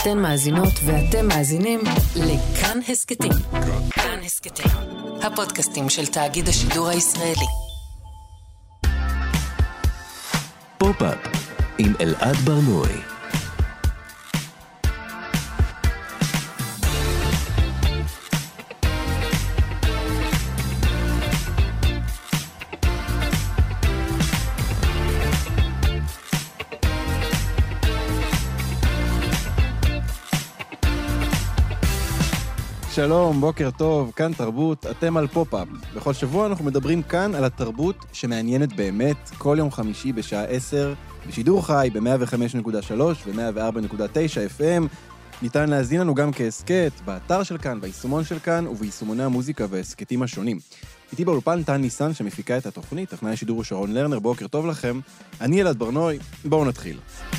אתן מאזינות ואתם מאזינים לכאן הסקטים. כאן הסקטים, הפודקאסטים של תאגיד השידור הישראלי. פופ-אפ עם אלעד ברנועי. שלום, בוקר טוב, כאן תרבות, אתם על פופ-אפ. בכל שבוע אנחנו מדברים כאן על התרבות שמעניינת באמת, כל יום חמישי בשעה 10, בשידור חי ב-105.3 ו-104.9 FM. ניתן להזין לנו גם כהסקט, באתר של כאן, ביישומון של כאן וביישומוני המוזיקה והסקטים השונים. איתי באולפן טל ניסן שמפיקה את התוכנית, טכנאי השידור הוא שרון לרנר, בוקר טוב לכם. אני אלעד ברנועי, בואו נתחיל.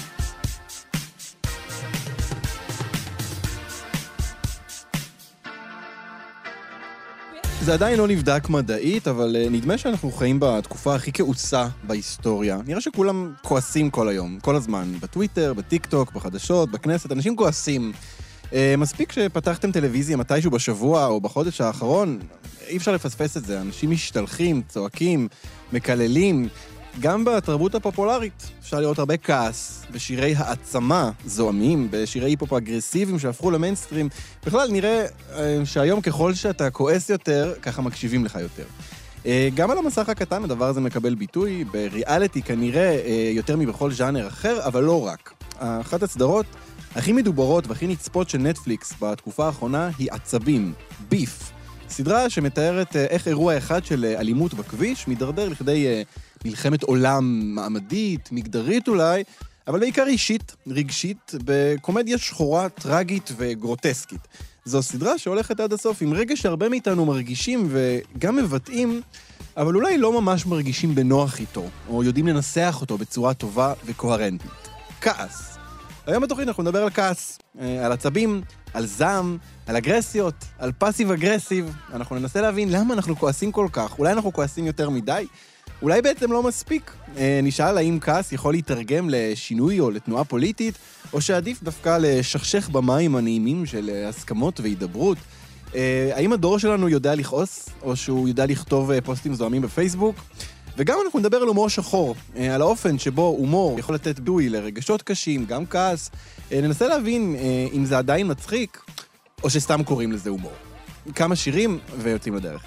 זה עדיין לא נבדק מדעית, אבל נדמה שאנחנו חיים בתקופה הכי כעוסה בהיסטוריה. נראה שכולם כועסים כל היום, כל הזמן, בטוויטר, בטיק טוק, בחדשות, בכנסת, אנשים כועסים. מספיק שפתחתם טלוויזיה מתישהו בשבוע או בחודש האחרון, אי אפשר לפספס את זה. אנשים משתלחים, צועקים, מקללים. גם בתרבות הפופולרית אפשר לראות הרבה כעס, בשירי העצמה זוהמים, בשירי היפ-הופ אגרסיביים שהפכו למיינסטרים. בכלל נראה שהיום ככל שאתה כועס יותר, ככה מקשיבים לך יותר. גם על המסך הקטן הדבר הזה מקבל ביטוי, בריאליטי כנראה יותר מבכל ז'אנר אחר, אבל לא רק. אחת הסדרות הכי מדוברות והכי נצפות של נטפליקס בתקופה האחרונה היא עצבים, ביף. סדרה שמתארת איך אירוע אחד של אלימות בכביש מדרדר לכדי מלחמת עולם מעמדית, מגדרית אולי, אבל בעיקר אישית, רגשית, בקומדיה שחורה, טרגית וגרוטסקית. זו סדרה שהולכת עד הסוף עם רגע שהרבה מאיתנו מרגישים וגם מבטאים, אבל אולי לא ממש מרגישים בנוח איתו, או יודעים לנסח אותו בצורה טובה וקוהרנטית. כעס. היום בתוכנית אנחנו נדבר על כעס, על עצבים, על זעם, על אגרסיות, על פאסיב אגרסיב. אנחנו ננסה להבין למה אנחנו כועסים כל כך. אולי אנחנו כועסים יותר מדי? אולי בעצם לא מספיק. נשאל האם כעס יכול להתרגם לשינוי או לתנועה פוליטית, או שעדיף דווקא לשכשך במים הנעימים של הסכמות והידברות. האם הדור שלנו יודע לכעוס, או שהוא יודע לכתוב פוסטים זוהמים בפייסבוק? וגם אנחנו נדבר על הומור שחור, על האופן שבו הומור יכול לתת ביטוי לרגשות קשים, גם כעס. ננסה להבין אם זה עדיין מצחיק, או שסתם קוראים לזה הומור. כמה שירים ויוצאים לדרך.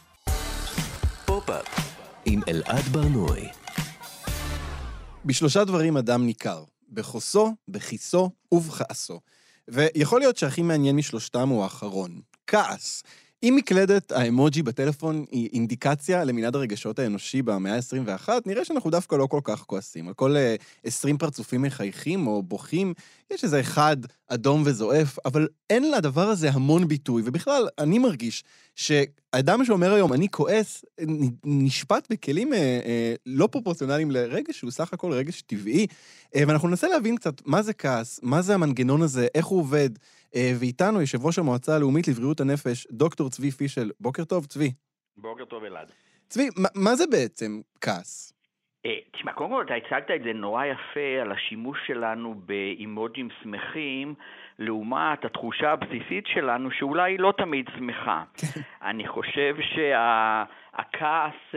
פופ-אפ עם אלעד ברנועי. בשלושה דברים אדם ניכר, בחוסו, בכיסו ובכעסו. ויכול להיות שהכי מעניין משלושתם הוא האחרון, כעס. אם מקלדת האמוג'י בטלפון היא אינדיקציה למנעד הרגשות האנושי במאה ה-21, נראה שאנחנו דווקא לא כל כך כועסים. על כל 20 פרצופים מחייכים או בוכים, יש איזה אחד אדום וזועף, אבל אין לדבר הזה המון ביטוי, ובכלל אני מרגיש שאדם שאומר היום אני כועס, נשפט בכלים לא פרופורציונליים לרגש שהוא סך הכל רגש טבעי, ואנחנו ננסה להבין קצת מה זה כעס, מה זה המנגנון הזה, איך הוא עובד, ואיתנו יושב ראש המועצה הלאומית לבריאות הנפש, דוקטור צבי פישל. בוקר טוב, צבי. בוקר טוב, אלעד. צבי, מה זה בעצם כעס? תשמע, קודם כל אתה הצגת את זה נורא יפה על השימוש שלנו באימוג'ים שמחים, לעומת התחושה הבסיסית שלנו שאולי לא תמיד שמחה. אני חושב שהכעס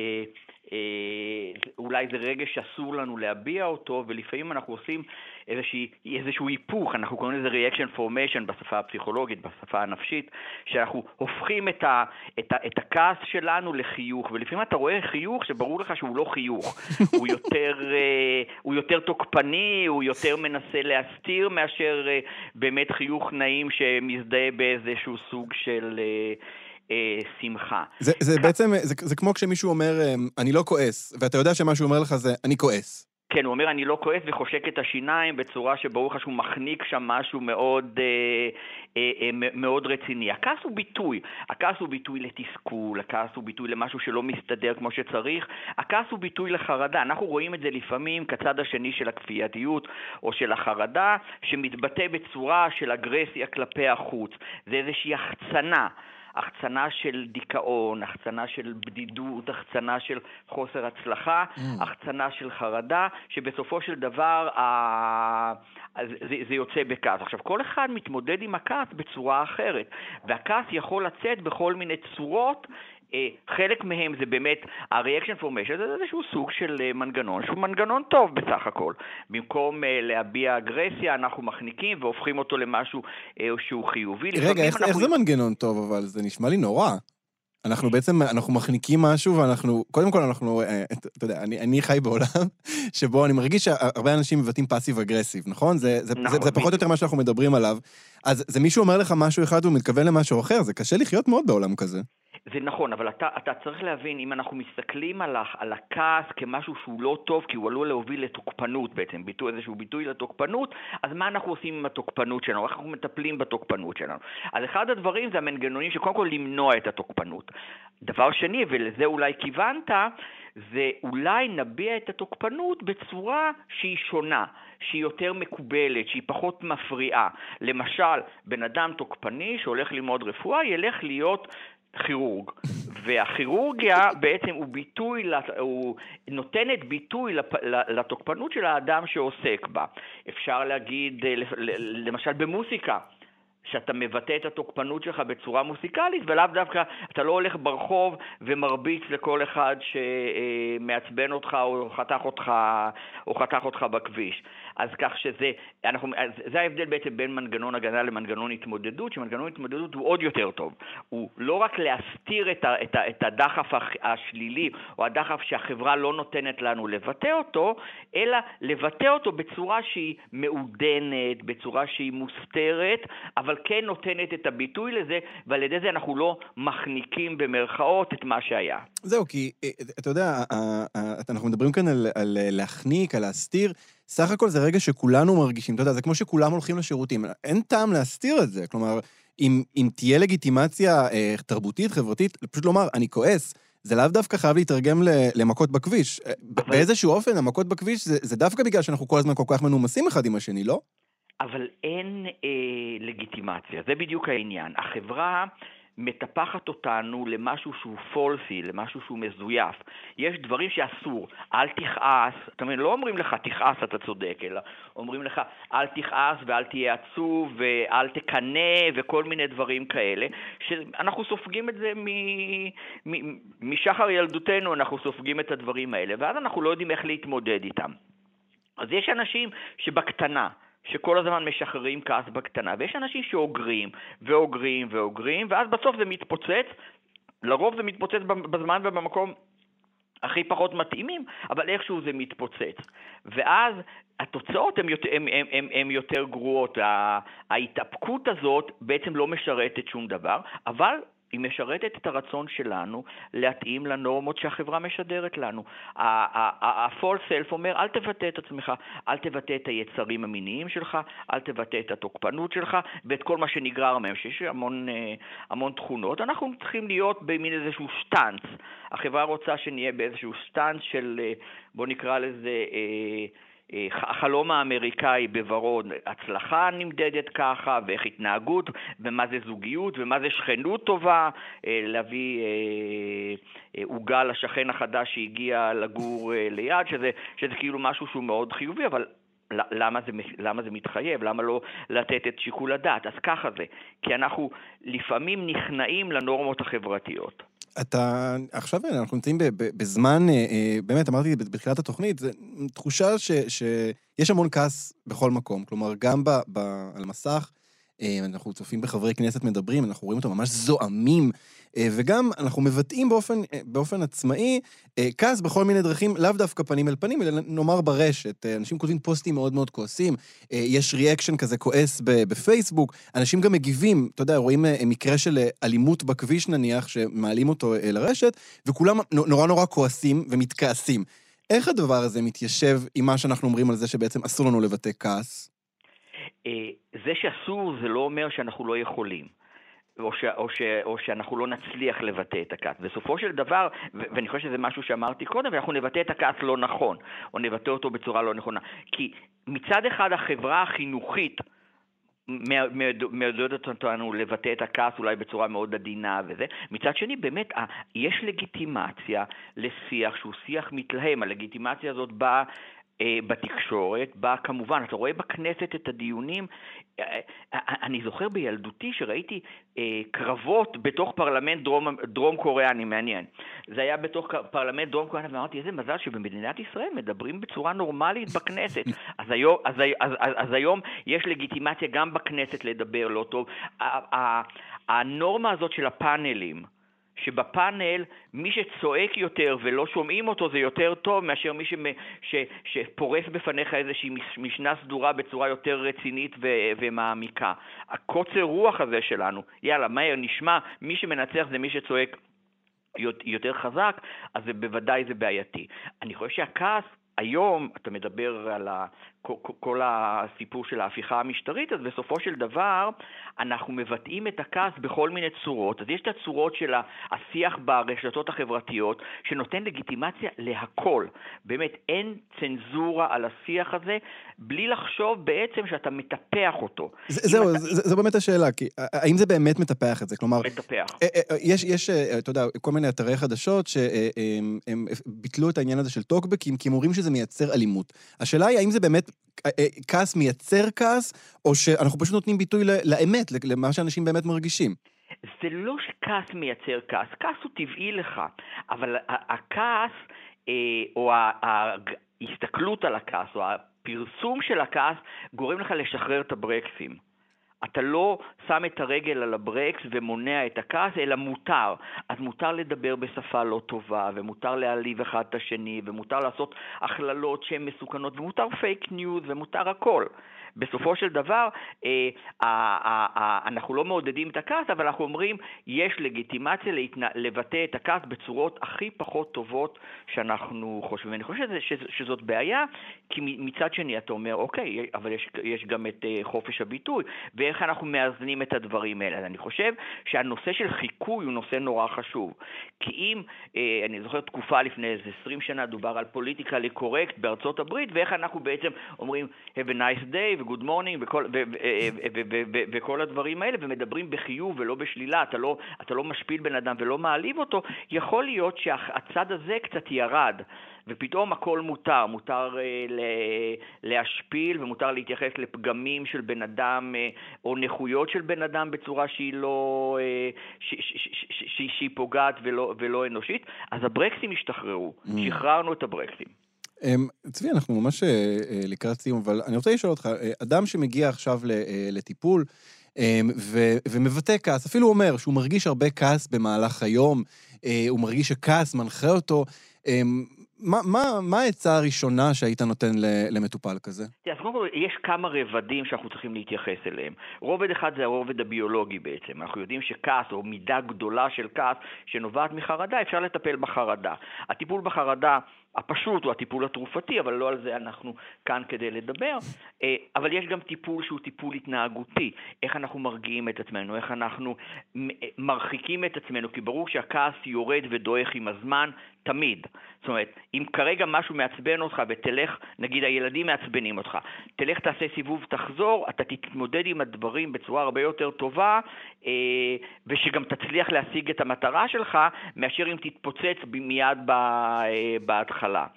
אולי זה רגע שאסור לנו להביע אותו, ולפעמים אנחנו עושים איזשהו היפוך, אנחנו קוראים לזה reaction formation בשפה הפסיכולוגית, בשפה הנפשית, שאנחנו הופכים את הכעס שלנו לחיוך, ולפעמים אתה רואה חיוך שברור לך שהוא לא חיוך, הוא יותר תוקפני, הוא יותר מנסה להסתיר מאשר באמת חיוך נעים שמזדהה באיזשהו סוג של שמחה. זה בעצם, זה כמו כשמישהו אומר, אני לא כועס, ואתה יודע שמה שהוא אומר לך זה, אני כועס. כן, הוא אומר, אני לא כועס וחושק את השיניים בצורה שברור לך שהוא מחניק שם משהו מאוד, מאוד רציני. הכעס הוא ביטוי. הכעס הוא ביטוי לתסכול, הכעס הוא ביטוי למשהו שלא מסתדר כמו שצריך. הכעס הוא ביטוי לחרדה. אנחנו רואים את זה לפעמים כצד השני של הכפייתיות או של החרדה, שמתבטא בצורה של אגרסיה כלפי החוץ. זה איזושהי החצנה. החצנה של דיכאון, החצנה של בדידות, החצנה של חוסר הצלחה, החצנה של חרדה, שבסופו של דבר זה יוצא בכעס. עכשיו, כל אחד מתמודד עם הכעס בצורה אחרת, והכעס יכול לצאת בכל מיני צורות. חלק מהם זה באמת ה-reaction formation, זה איזשהו סוג של מנגנון, שהוא מנגנון טוב בסך הכל. במקום להביע אגרסיה, אנחנו מחניקים והופכים אותו למשהו שהוא חיובי. רגע, איך זה מנגנון טוב, אבל זה נשמע לי נורא. אנחנו בעצם, אנחנו מחניקים משהו, ואנחנו, קודם כל אנחנו, אתה יודע, אני חי בעולם, שבו אני מרגיש שהרבה אנשים מבטאים פאסיב אגרסיב, נכון? זה פחות או יותר מה שאנחנו מדברים עליו. אז זה מישהו אומר לך משהו אחד, והוא מתכוון למשהו אחר, זה קשה לחיות מאוד בעולם כזה. זה נכון, אבל אתה צריך להבין, אם אנחנו מסתכלים על הכעס כמשהו שהוא לא טוב, כי הוא עלול להוביל לתוקפנות בעצם, איזשהו ביטוי לתוקפנות, אז מה אנחנו עושים עם התוקפנות שלנו? איך אנחנו מטפלים בתוקפנות שלנו? אז אחד הדברים זה המנגנונים שקודם כל למנוע את התוקפנות. דבר שני, ולזה אולי כיוונת, זה אולי נביע את התוקפנות בצורה שהיא שונה, שהיא יותר מקובלת, שהיא פחות מפריעה. למשל, בן אדם תוקפני שהולך ללמוד רפואה, ילך להיות כירורג, והכירורגיה בעצם הוא נותנת ביטוי לתוקפנות של האדם שעוסק בה. אפשר להגיד, למשל במוסיקה, שאתה מבטא את התוקפנות שלך בצורה מוסיקלית, ולאו דווקא אתה לא הולך ברחוב ומרביץ לכל אחד שמעצבן אותך או חתך אותך בכביש. אז כך שזה, זה ההבדל בעצם בין מנגנון הגנה למנגנון התמודדות, שמנגנון התמודדות הוא עוד יותר טוב. הוא לא רק להסתיר את הדחף השלילי, או הדחף שהחברה לא נותנת לנו לבטא אותו, אלא לבטא אותו בצורה שהיא מעודנת, בצורה שהיא מוסתרת, אבל כן נותנת את הביטוי לזה, ועל ידי זה אנחנו לא מחניקים במרכאות את מה שהיה. זהו, כי אתה יודע, אנחנו מדברים כאן על להחניק, על להסתיר, סך הכל זה רגע שכולנו מרגישים, אתה יודע, זה כמו שכולם הולכים לשירותים, אין טעם להסתיר את זה, כלומר, אם תהיה לגיטימציה תרבותית, חברתית, פשוט לומר, אני כועס, זה לאו דווקא חייב להתרגם למכות בכביש. באיזשהו אופן, המכות בכביש זה דווקא בגלל שאנחנו כל הזמן כל כך מנומסים אחד עם השני, לא? אבל אין לגיטימציה, זה בדיוק העניין. החברה מטפחת אותנו למשהו שהוא פולסי, למשהו שהוא מזויף. יש דברים שאסור, אל תכעס, זאת אומרת, לא אומרים לך תכעס אתה צודק, אלא אומרים לך אל תכעס ואל תהיה עצוב ואל תקנה וכל מיני דברים כאלה, שאנחנו סופגים את זה משחר ילדותנו, אנחנו סופגים את הדברים האלה, ואז אנחנו לא יודעים איך להתמודד איתם. אז יש אנשים שבקטנה, שכל הזמן משחררים כעס בקטנה, ויש אנשים שאוגרים, ואוגרים, ואוגרים, ואז בסוף זה מתפוצץ, לרוב זה מתפוצץ בזמן ובמקום הכי פחות מתאימים, אבל איכשהו זה מתפוצץ. ואז התוצאות הן יותר גרועות, ההתאפקות הזאת בעצם לא משרתת שום דבר, אבל היא משרתת את הרצון שלנו להתאים לנורמות שהחברה משדרת לנו. ה-false self אומר, אל תבטא את עצמך, אל תבטא את היצרים המיניים שלך, אל תבטא את התוקפנות שלך, ואת כל מה שנגרר מהם, שיש המון תכונות. אנחנו צריכים להיות במין איזשהו שטנץ. החברה רוצה שנהיה באיזשהו שטנץ של, בוא נקרא לזה, החלום האמריקאי בוורוד, הצלחה נמדדת ככה, ואיך התנהגות, ומה זה זוגיות, ומה זה שכנות טובה, להביא עוגה לשכן החדש שהגיע לגור ליד, שזה כאילו משהו שהוא מאוד חיובי, אבל למה זה מתחייב? למה לא לתת את שיקול הדעת? אז ככה זה, כי אנחנו לפעמים נכנעים לנורמות החברתיות. עכשיו אנחנו נמצאים בזמן, באמת אמרתי בתחילת התוכנית, זו תחושה שיש המון כעס בכל מקום, כלומר גם על המסך, אנחנו צופים בחברי כנסת מדברים, אנחנו רואים אותם ממש זועמים, וגם אנחנו מבטאים באופן עצמאי, כעס בכל מיני דרכים, לאו דווקא פנים אל פנים, אלא נאמר ברשת, אנשים כותבים פוסטים מאוד מאוד כועסים, יש ריאקשן כזה כועס בפייסבוק, אנשים גם מגיבים, אתה יודע, רואים מקרה של אלימות בכביש נניח, שמעלים אותו לרשת, וכולם נורא כועסים ומתכעסים. איך הדבר הזה מתיישב עם מה שאנחנו אומרים על זה שבעצם אסור לנו לבטא כעס? זה שאסור זה לא אומר שאנחנו לא יכולים, או שאנחנו לא נצליח לבטא את הכעס. בסופו של דבר, ואני חושב שזה משהו שאמרתי קודם, ואנחנו נבטא את הכעס לא נכון, או נבטא אותו בצורה לא נכונה. כי מצד אחד החברה החינוכית מעודדת אותנו לבטא את הכעס אולי בצורה מאוד עדינה וזה. מצד שני, באמת, יש לגיטימציה לשיח שהוא שיח מתלהם. הלגיטימציה הזאת באה בתקשורת, בה כמובן, אתה רואה בכנסת את הדיונים, אני זוכר בילדותי שראיתי קרבות בתוך פרלמנט דרום קוריאני, מעניין. זה היה בתוך פרלמנט דרום קוריאני, ואמרתי, איזה מזל שבמדינת ישראל מדברים בצורה נורמלית בכנסת. אז היום יש לגיטימציה גם בכנסת לדבר לא טוב. הנורמה הזאת של הפאנלים, שבפאנל מי שצועק יותר ולא שומעים אותו זה יותר טוב מאשר מי שפורס בפניך איזושהי משנה סדורה בצורה יותר רצינית ומעמיקה. הקוצר רוח הזה שלנו, יאללה, מהר נשמע, מי שמנצח זה מי שצועק יותר חזק, אז בוודאי זה בעייתי. אני חושב שהכעס, היום אתה מדבר על כל הסיפור של ההפיכה המשטרית, אז בסופו של דבר אנחנו מבטאים את הכעס בכל מיני צורות. אז יש את הצורות של השיח ברשתות החברתיות שנותן לגיטימציה להכל. באמת אין צנזורה על השיח הזה בלי לחשוב בעצם שאתה מטפח אותו. זו באמת השאלה, כי האם זה באמת מטפח את זה? כלומר, מטפח. יש, אתה יודע, כל מיני אתרי חדשות שהם ביטלו את העניין הזה של טוקבקים, כי הם אומרים שזה מייצר אלימות. השאלה היא, האם זה באמת כעס מייצר כעס, או שאנחנו פשוט נותנים ביטוי לאמת, למה שאנשים באמת מרגישים? זה לא שכעס מייצר כעס, כעס הוא טבעי לך, אבל הכעס, או ההסתכלות על הכעס, או הפרסום של הכעס, גורם לך לשחרר את הברקסים. אתה לא שם את הרגל על הברקס ומונע את הכעס, אלא מותר. אז מותר לדבר בשפה לא טובה, ומותר להעליב אחד את השני, ומותר לעשות הכללות שהן מסוכנות, ומותר פייק ניוז, ומותר הכל. בסופו של דבר, אנחנו לא מעודדים את הכעס, אבל אנחנו אומרים, יש לגיטימציה לבטא את הכעס בצורות הכי פחות טובות שאנחנו חושבים. ואני חושב שזאת בעיה, כי מצד שני אתה אומר, אוקיי, אבל יש גם את חופש הביטוי, ואיך אנחנו מאזנים את הדברים האלה. אז אני חושב שהנושא של חיקוי הוא נושא נורא חשוב. כי אם, אני זוכר תקופה לפני איזה 20 שנה, דובר על פוליטיקלי קורקט בארצות הברית, ואיך אנחנו בעצם אומרים, have a nice day, ו-good morning, וכל הדברים האלה, ומדברים בחיוב ולא בשלילה, אתה לא משפיל בן אדם ולא מעליב אותו, יכול להיות שהצד הזה קצת ירד, ופתאום הכל מותר להשפיל, ומותר להתייחס לפגמים של בן אדם, או נכויות של בן אדם בצורה שהיא לא, שהיא פוגעת ולא אנושית. אז הברקסים השתחררו, שחררנו את הברקסים. צבי, אנחנו ממש לקראת סיום, אבל אני רוצה לשאול אותך, אדם שמגיע עכשיו לטיפול, ומבטא כעס, אפילו הוא אומר שהוא מרגיש הרבה כעס במהלך היום, הוא מרגיש שכעס מנחה אותו, מה העצה הראשונה שהיית נותן למטופל כזה? אז קודם כל, יש כמה רבדים שאנחנו צריכים להתייחס אליהם. רובד אחד זה הרובד הביולוגי בעצם. אנחנו יודעים שכעס או מידה גדולה של כעס שנובעת מחרדה, אפשר לטפל בחרדה. הטיפול בחרדה הפשוט הוא הטיפול התרופתי, אבל לא על זה אנחנו כאן כדי לדבר. אבל יש גם טיפול שהוא טיפול התנהגותי. איך אנחנו מרגיעים את עצמנו, איך אנחנו מרחיקים את עצמנו, כי ברור שהכעס יורד ודועך עם הזמן תמיד. זאת אומרת, אם כרגע משהו מעצבן אותך ותלך, נגיד הילדים מעצבנים אותך, תלך תעשה סיבוב, תחזור, אתה תתמודד עם הדברים בצורה הרבה יותר טובה, ושגם תצליח להשיג את המטרה שלך, מאשר אם תתפוצץ מיד בהתחלה.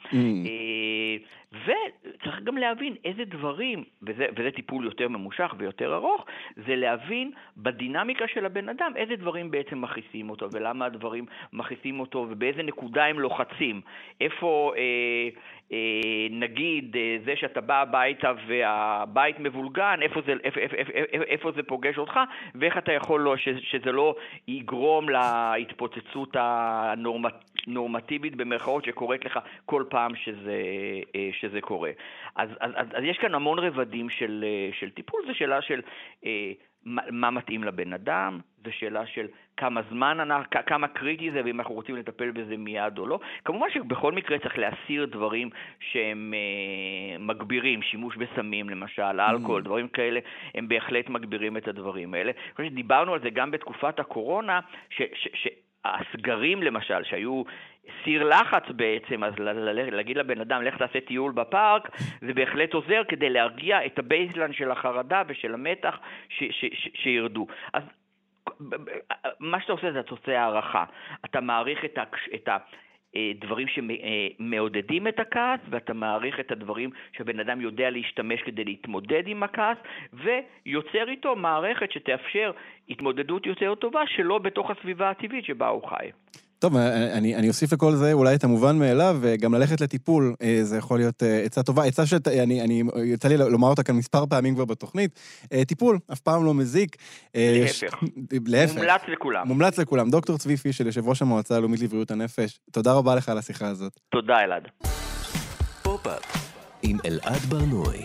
וצריך גם להבין איזה דברים, וזה טיפול יותר ממושך ויותר ארוך, זה להבין בדינמיקה של הבן אדם איזה דברים בעצם מכניסים אותו, ולמה הדברים מכניסים אותו, ובאיזה נקודה הם לוחצים. איפה, נגיד, זה שאתה בא הביתה והבית מבולגן, איפה זה פוגש אותך, ואיך אתה יכול שזה לא יגרום להתפוצצות הנורמטיבית במרכאות שקורית לך כל פעם שזה קורה. אז יש כאן המון רבדים של טיפול. זו שאלה של מה מתאים לבן אדם, זו שאלה של כמה קריטי זה, ואם אנחנו רוצים לטפל בזה מיד או לא. כמובן שבכל מקרה צריך להסיר דברים שהם מגבירים, שימוש בסמים למשל, אלכוהול, דברים כאלה, הם בהחלט מגבירים את הדברים האלה. דיברנו על זה גם בתקופת הקורונה, שהסגרים למשל, שהיו סיר לחץ בעצם, אז להגיד לבן אדם, לך תעשה טיול בפארק, זה בהחלט עוזר כדי להרגיע את הבייסלן של החרדה ושל המתח שירדו. אז מה שאתה עושה זה אתה עושה הערכה. אתה מעריך את הדברים שמעודדים את הכעס, ואתה מעריך את הדברים שבן אדם יודע להשתמש כדי להתמודד עם הכעס, ויוצר איתו מערכת שתאפשר התמודדות יותר טובה שלא בתוך הסביבה הטבעית שבה הוא חי. טוב, אני אוסיף לכל זה אולי את המובן מאליו, וגם ללכת לטיפול, זה יכול להיות עצה טובה. עצה יצא לי לומר אותה כאן מספר פעמים כבר בתוכנית, טיפול, אף פעם לא מזיק. להפך. מומלץ לכולם. מומלץ לכולם. דוקטור צבי פישל, יושב ראש המועצה הלאומית לבריאות הנפש, תודה רבה לך על השיחה הזאת. תודה, אלעד. פופ-אפ עם אלעד ברנועי.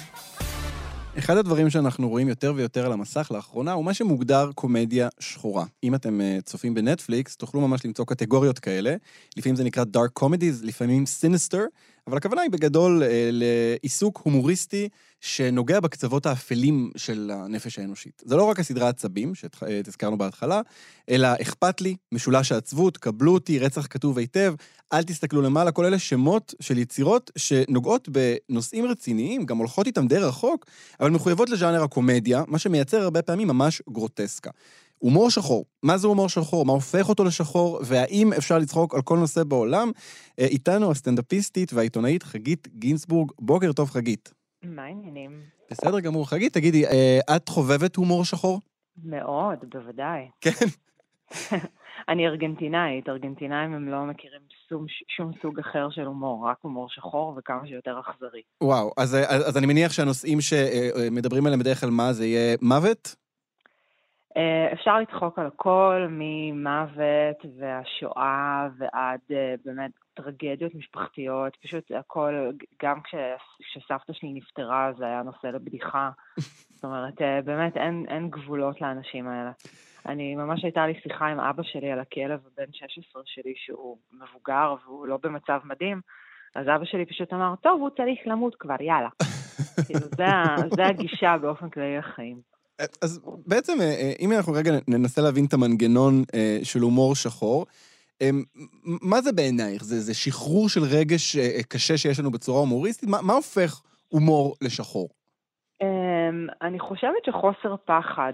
אחד הדברים שאנחנו רואים יותר ויותר על המסך לאחרונה הוא מה שמוגדר קומדיה שחורה. אם אתם צופים בנטפליקס, תוכלו ממש למצוא קטגוריות כאלה. לפעמים זה נקרא Dark Comedies, לפעמים Sinister, אבל הכוונה היא בגדול לעיסוק הומוריסטי שנוגע בקצוות האפלים של הנפש האנושית. זה לא רק הסדרה עצבים, שתזכרנו בהתחלה, אלא אכפת לי, משולש העצבות, קבלו אותי, רצח כתוב היטב, אל תסתכלו למעלה, כל אלה שמות של יצירות שנוגעות בנושאים רציניים, גם הולכות איתם די רחוק, אבל מחויבות לז'אנר הקומדיה, מה שמייצר הרבה פעמים ממש גרוטסקה. הומור שחור. מה זה הומור שחור? מה הופך אותו לשחור? והאם אפשר לצחוק על כל נושא בעולם? איתנו הסטנדאפיסטית והעיתונאית חגית גינסבורג. בוקר טוב, חגית. מה העניינים? בסדר גמור. חגית, תגידי, את חובבת הומור שחור? מאוד, בוודאי. כן. אני ארגנטינאית. ארגנטינאים הם לא מכירים שום סוג אחר של הומור, רק הומור שחור וכמה שיותר אכזרי. וואו, אז אני מניח שהנושאים שמדברים עליהם בדרך כלל מה זה יהיה מוות? אפשר לצחוק על הכל, ממוות והשואה ועד באמת טרגדיות משפחתיות, פשוט הכל, גם כשסבתא שלי נפטרה זה היה נושא לבדיחה, זאת אומרת, באמת אין גבולות לאנשים האלה. אני ממש הייתה לי שיחה עם אבא שלי על הכלב הבן 16 שלי שהוא מבוגר והוא לא במצב מדהים, אז אבא שלי פשוט אמר, טוב, הוא צריך למות כבר, יאללה. כאילו, זה הגישה באופן כללי לחיים. אז בעצם, אם אנחנו רגע ננסה להבין את המנגנון של הומור שחור, מה זה בעינייך? זה שחרור של רגש קשה שיש לנו בצורה הומוריסטית? מה הופך הומור לשחור? אני חושבת שחוסר פחד,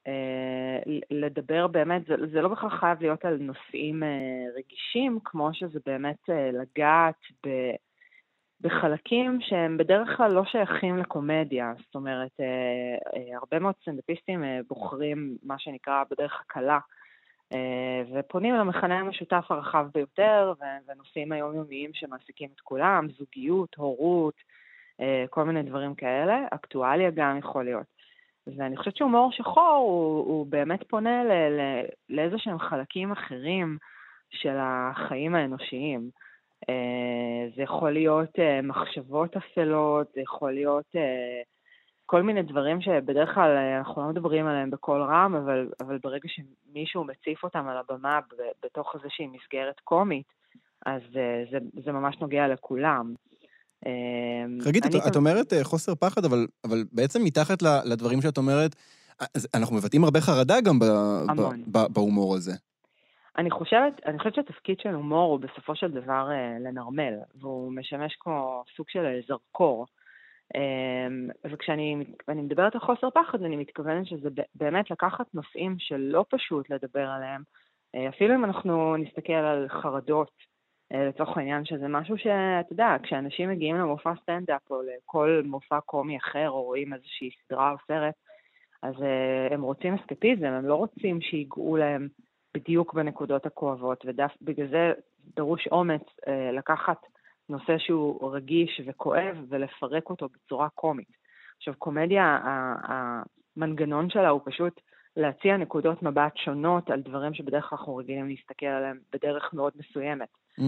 לדבר באמת, זה לא בכלל חייב להיות על נושאים רגישים, כמו שזה באמת לגעת בחלקים שהם בדרך כלל לא שייכים לקומדיה, זאת אומרת, הרבה מאוד סטנדאפיסטים בוחרים מה שנקרא בדרך הקלה, ופונים למכנה המשותף הרחב ביותר, ונושאים היומיומיים שמעסיקים את כולם, זוגיות, הורות, כל מיני דברים כאלה, אקטואליה גם יכול להיות. ואני חושבת שהומור שחור הוא באמת פונה לאיזה שהם חלקים אחרים של החיים האנושיים. זה יכול להיות מחשבות אפלות, זה יכול להיות כל מיני דברים שבדרך כלל אנחנו לא מדברים עליהם בכל רם, אבל ברגע שמישהו מציף אותם על הבמה בתוך איזושהי מסגרת קומית, אז זה ממש נוגע לכולם. חגית, את אומרת חוסר פחד, אבל בעצם מתחת לדברים שאת אומרת, אנחנו מבטאים הרבה חרדה גם בהומור הזה. אני חושבת שהתפקיד של הומור הוא בסופו של דבר לנרמל, והוא משמש כמו סוג של זרקור. וכשאני מדברת על חוסר פחד, אני מתכוונת שזה באמת לקחת נושאים שלא פשוט לדבר עליהם, אפילו אם אנחנו נסתכל על חרדות, לצורך העניין שזה משהו שאתה יודע, כשאנשים מגיעים למופע סטנדאפ או לכל מופע קומי אחר, או רואים איזושהי סדרה או סרט, אז הם רוצים אסקפיזם, הם לא רוצים שיגעו להם בדיוק בנקודות הכואבות, ובגלל זה דרוש אומץ לקחת נושא שהוא רגיש וכואב ולפרק אותו בצורה קומית. עכשיו, קומדיה, המנגנון שלה הוא פשוט להציע נקודות מבט שונות על דברים שבדרך כלל אנחנו רגילים להסתכל עליהם בדרך מאוד מסוימת.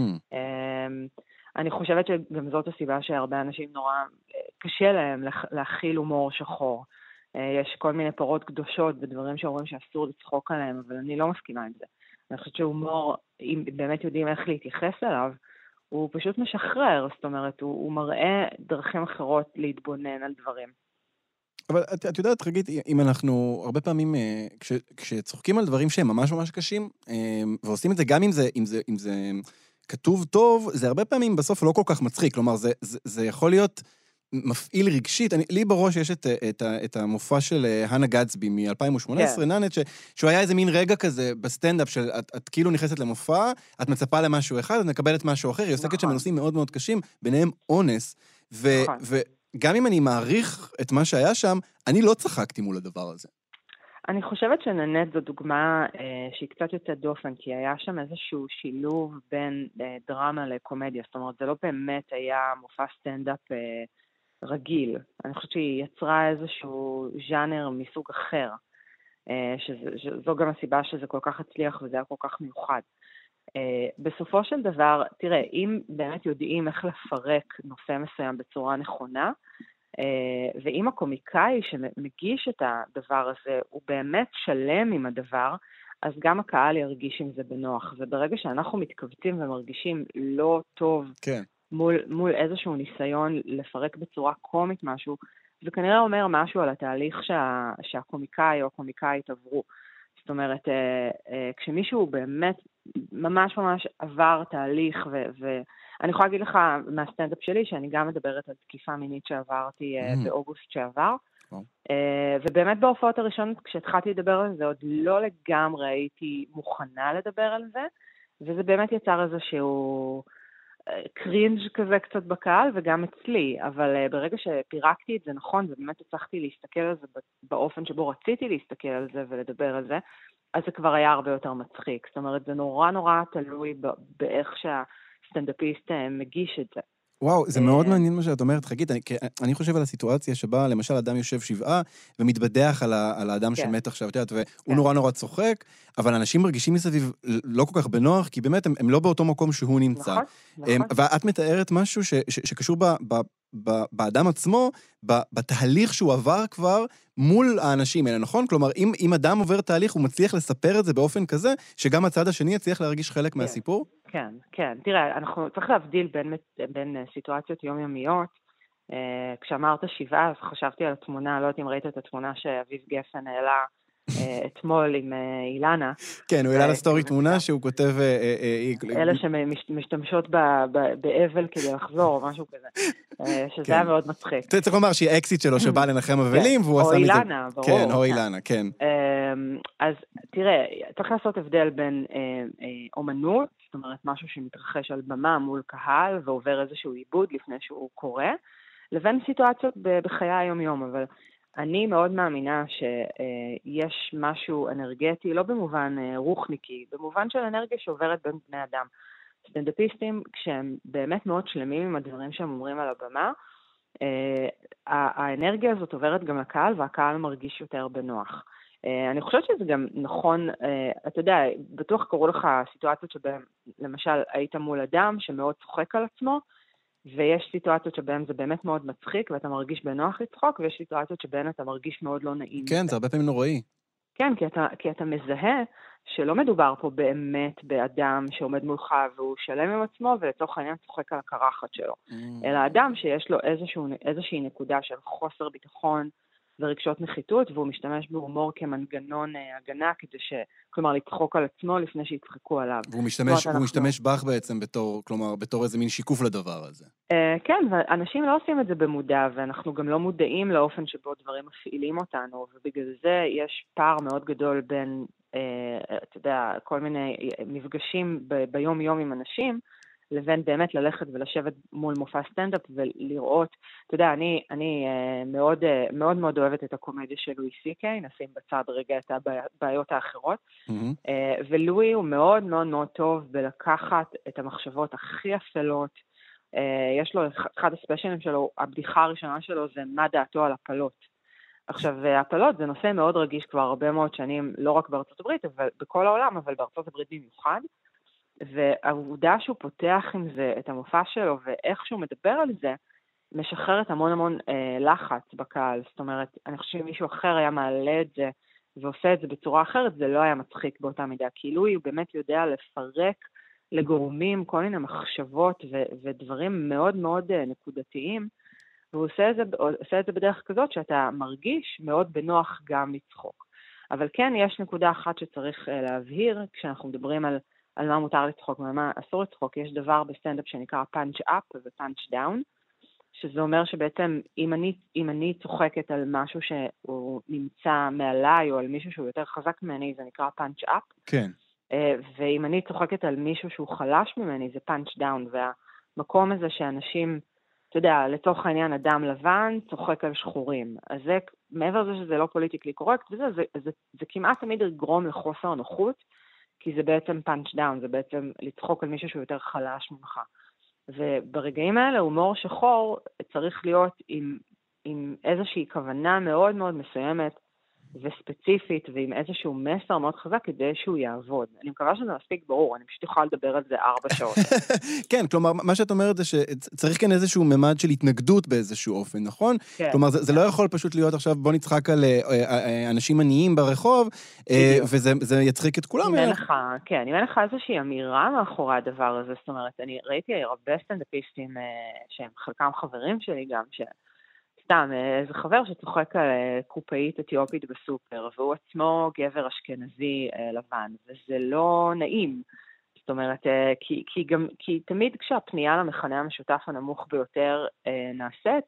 אני חושבת שגם זאת הסיבה שהרבה אנשים נורא קשה להם להכיל הומור שחור. יש כל מיני פרות קדושות ודברים שאומרים שאסור לצחוק עליהם, אבל אני לא מסכימה עם זה. אני חושבת שהומור, אם באמת יודעים איך להתייחס אליו, הוא פשוט משחרר, זאת אומרת, הוא מראה דרכים אחרות להתבונן על דברים. אבל את יודעת, חגית, אם אנחנו הרבה פעמים, כשצוחקים על דברים שהם ממש ממש קשים, ועושים את זה גם אם זה כתוב טוב, זה הרבה פעמים בסוף לא כל כך מצחיק, כלומר, זה יכול להיות מפעיל רגשית. לי בראש יש את המופע של הנה גצבי מ-2018, ננת, שהוא היה איזה מין רגע כזה בסטנדאפ, שאת כאילו נכנסת למופע, את מצפה למשהו אחד, את מקבלת משהו אחר, היא עוסקת שם בנושאים מאוד מאוד קשים, ביניהם אונס, וגם אם אני מעריך את מה שהיה שם, אני לא צחקתי מול הדבר הזה. אני חושבת שננת זו דוגמה שהיא קצת יוצאת דופן, כי היה שם איזשהו שילוב בין דרמה לקומדיה, זאת אומרת, זה לא באמת היה מופע סטנדאפ רגיל. אני חושבת שהיא יצרה איזשהו ז'אנר מסוג אחר, שזו גם הסיבה שזה כל כך הצליח וזה היה כל כך מיוחד. בסופו של דבר, תראה, אם באמת יודעים איך לפרק נושא מסוים בצורה נכונה, ואם הקומיקאי שמגיש את הדבר הזה הוא באמת שלם עם הדבר, אז גם הקהל ירגיש עם זה בנוח. וברגע שאנחנו מתכווצים ומרגישים לא טוב כן. מול איזשהו ניסיון לפרק בצורה קומית משהו, זה כנראה אומר משהו על התהליך שהקומיקאי או הקומיקאית עברו. זאת אומרת, כשמישהו באמת ממש ממש עבר תהליך, ואני יכולה להגיד לך מהסטנדאפ שלי, שאני גם מדברת על תקיפה מינית שעברתי באוגוסט שעבר, ובאמת בהופעות הראשונות, כשהתחלתי לדבר על זה, עוד לא לגמרי הייתי מוכנה לדבר על זה, וזה באמת יצר איזשהו קרינג' כזה קצת בקהל, וגם אצלי, אבל ברגע שפירקתי את זה נכון, ובאמת הצלחתי להסתכל על זה באופן שבו רציתי להסתכל על זה ולדבר על זה, אז זה כבר היה הרבה יותר מצחיק. זאת אומרת, זה נורא נורא תלוי באיך שהסטנדאפיסט מגיש את זה. וואו, זה מאוד מעניין מה שאת אומרת, חגית. אני חושב על הסיטואציה שבה, למשל, אדם יושב שבעה ומתבדח על האדם שמת עכשיו, והוא נורא נורא צוחק, אבל אנשים מרגישים מסביב לא כל כך בנוח, כי באמת הם לא באותו מקום שהוא נמצא. ואת מתארת משהו שקשור באדם עצמו, בתהליך שהוא עבר כבר מול האנשים האלה, נכון? כלומר, אם אדם עובר תהליך, הוא מצליח לספר את זה באופן כזה, שגם הצד השני יצליח להרגיש חלק מהסיפור? כן, כן. תראה, אנחנו צריך להבדיל בין סיטואציות יומיומיות. כשאמרת שבעה, אז חשבתי על התמונה, לא יודעת אם ראית את התמונה שאביב גפן העלה אתמול עם אילנה. כן, הוא העלה לסטורי תמונה שהוא כותב... אלה שמשתמשות באבל כדי לחזור, או משהו כזה. שזה היה מאוד מצחיק. צריך לומר שהיא האקסיט שלו שבא לנחם אבלים, והוא עשה מזה... או אילנה, ברור. כן, או אילנה, כן. אז תראה, צריך לעשות הבדל בין אומנות, זאת אומרת, משהו שמתרחש על במה מול קהל, ועובר איזשהו עיבוד לפני שהוא קורה, לבין סיטואציות בחיי היום-יום, אבל אני מאוד מאמינה שיש משהו אנרגטי, לא במובן רוחניקי, במובן של אנרגיה שעוברת בין בני אדם. סטנדאפיסטים, כשהם באמת מאוד שלמים עם הדברים שהם אומרים על הבמה, האנרגיה הזאת עוברת גם לקהל, והקהל מרגיש יותר בנוח. אני חושבת שזה גם נכון, אתה יודע, בטוח קראו לך סיטואציות שבהם, למשל, היית מול אדם שמאוד צוחק על עצמו, ויש סיטואציות שבהן זה באמת מאוד מצחיק, ואתה מרגיש בנוח לצחוק, ויש סיטואציות שבהן אתה מרגיש מאוד לא נעים. כן, זה הרבה פעמים נוראי. כן, כי אתה מזהה שלא מדובר פה באמת באדם שעומד מולך, והוא שלם עם עצמו, ולצורך העניין צוחק על הקרחת שלו. אלא אדם שיש לו איזושהי נקודה של חוסר ביטחון, ורגשות נחיתות, והוא משתמש בהומור כמנגנון הגנה, כדי כלומר, לצחוק על עצמו לפני שיצחקו עליו. והוא משתמש בך בעצם בתור איזה מין שיקוף לדבר הזה. כן, ואנשים לא עושים את זה במודע, ואנחנו גם לא מודעים לאופן שבו דברים מפעילים אותנו, ובגלל זה יש פער מאוד גדול בין, אתה יודע, כל מיני מפגשים ביום-יום עם אנשים, לבין באמת ללכת ולשבת מול מופע סטנדאפ ולראות, אתה יודע, אני מאוד מאוד מאוד אוהבת את הקומדיה של לואי סי-קיי, נשים בצד רגע את הבעיות האחרות, ולואי הוא מאוד מאוד מאוד טוב בלקחת את המחשבות הכי אפלות, יש לו, אחד הספיישלים שלו, הבדיחה הראשונה שלו זה מה דעתו על הפלות. עכשיו, הפלות זה נושא מאוד רגיש כבר הרבה מאוד שנים, לא רק בארצות הברית, אבל בכל העולם, אבל בארצות הברית במיוחד, והעובדה שהוא פותח עם זה את המופע שלו, ואיך שהוא מדבר על זה, משחררת המון המון לחץ בקהל. זאת אומרת, אני חושב שמישהו אחר היה מעלה את זה, ועושה את זה בצורה אחרת, זה לא היה מצחיק באותה מידה. כאילו הוא באמת יודע לפרק לגורמים כל מיני מחשבות ודברים מאוד מאוד נקודתיים, והוא עושה את זה בדרך כזאת שאתה מרגיש מאוד בנוח גם לצחוק. אבל כן, יש נקודה אחת שצריך להבהיר, כשאנחנו מדברים על על מה מותר לצחוק ומה אסור לצחוק. יש דבר בסטנדאפ שנקרא פאנץ' אפ ופאנץ' דאון, שזה אומר שבעצם אם אני צוחקת על משהו שהוא נמצא מעליי, או על מישהו שהוא יותר חזק ממני, זה נקרא פאנץ' אפ. כן. ואם אני צוחקת על מישהו שהוא חלש ממני, זה פאנץ' דאון, והמקום הזה שאנשים, אתה יודע, לצורך העניין אדם לבן צוחק על שחורים. אז זה, מעבר לזה שזה לא פוליטיקלי קורקט, זה כמעט תמיד יגרום לחוסר נוחות, כי זה בעצם פאנץ' דאון, זה בעצם לצחוק על מישהו שהוא יותר חלש ממך. וברגעים האלה, הומור שחור צריך להיות עם איזושהי כוונה מאוד מאוד מסוימת וספציפית, ועם איזשהו מסר מאוד חזק כדי שהוא יעבוד. אני מקווה שזה מספיק ברור, אני פשוט יכולה לדבר על זה 4 שעות. כן, כלומר, מה שאת אומרת זה שצריך כאן איזשהו ממד של התנגדות באיזשהו אופן, נכון? כן. כלומר, זה לא יכול פשוט להיות עכשיו, בוא נצחק על אנשים עניים ברחוב, וזה יצחיק את כולם. אם אין לך איזושהי אמירה מאחורי הדבר הזה, זאת אומרת, אני ראיתי הרבה סטנדאפיסטים שהם חלקם חברים שלי גם, סתם, איזה חבר שצוחק על קופאית אתיופית בסופר, והוא עצמו גבר אשכנזי לבן, וזה לא נעים. זאת אומרת, כי תמיד כשהפנייה למכנה המשותף הנמוך ביותר נעשית,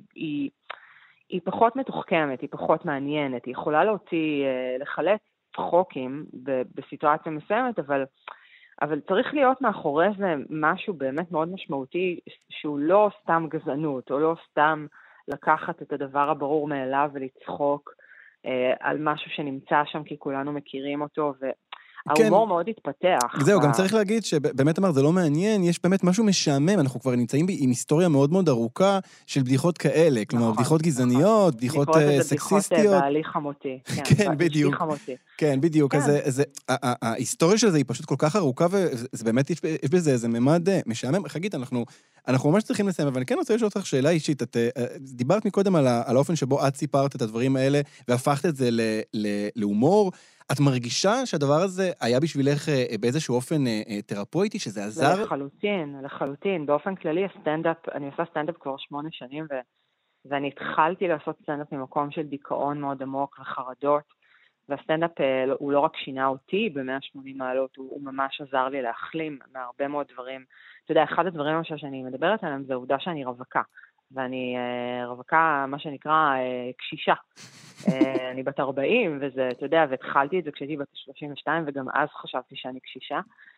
היא פחות מתוחכמת, היא פחות מעניינת, היא יכולה לחלט צחוקים בסיטואציה מסוימת, אבל צריך להיות מאחורי זה משהו באמת מאוד משמעותי, שהוא לא סתם גזענות, או לא סתם לקחת את הדבר הברור מאליו ולצחוק על משהו שנמצא שם כי כולנו מכירים אותו, וההומור מאוד התפתח. זהו, גם צריך להגיד שבאמת אמר, זה לא מעניין, יש באמת משהו משעמם, אנחנו כבר נמצאים עם היסטוריה מאוד מאוד ארוכה של בדיחות כאלה, כלומר, בדיחות גזעניות, בדיחות סקסיסטיות. בדיחות בעלי חמותי. כן, בדיוק. כן, בדיוק. אז ההיסטוריה של זה היא פשוט כל כך ארוכה, וזה באמת, יש בזה איזה ממד משעמם. חגית, אנחנו ממש צריכים לסיים, אבל אני כן רוצה לשאול אותך שאלה אישית. את דיברת מקודם על האופן שבו את סיפרת את הדברים האלה, והפכת את זה להומור. את מרגישה שהדבר הזה היה בשבילך באיזשהו אופן תרפויטי, שזה עזר? לחלוטין. באופן כללי, אני עושה סטנדאפ כבר 8 שנים, ואני התחלתי לעשות סטנדאפ ממקום של דיכאון מאוד עמוק וחרדות, והסטנדאפ הוא לא רק שינה אותי ב-180 מעלות, הוא ממש עזר לי להחלים מהרבה מאוד דברים. אתה יודע, אחד הדברים שאני מדברת עליהם, זה העובדה שאני רווקה. ואני רווקה, מה שנקרא, קשישה. אני בת 40, וזה, אתה יודע, והתחלתי את זה כשהייתי בת 32, וגם אז חשבתי שאני קשישה.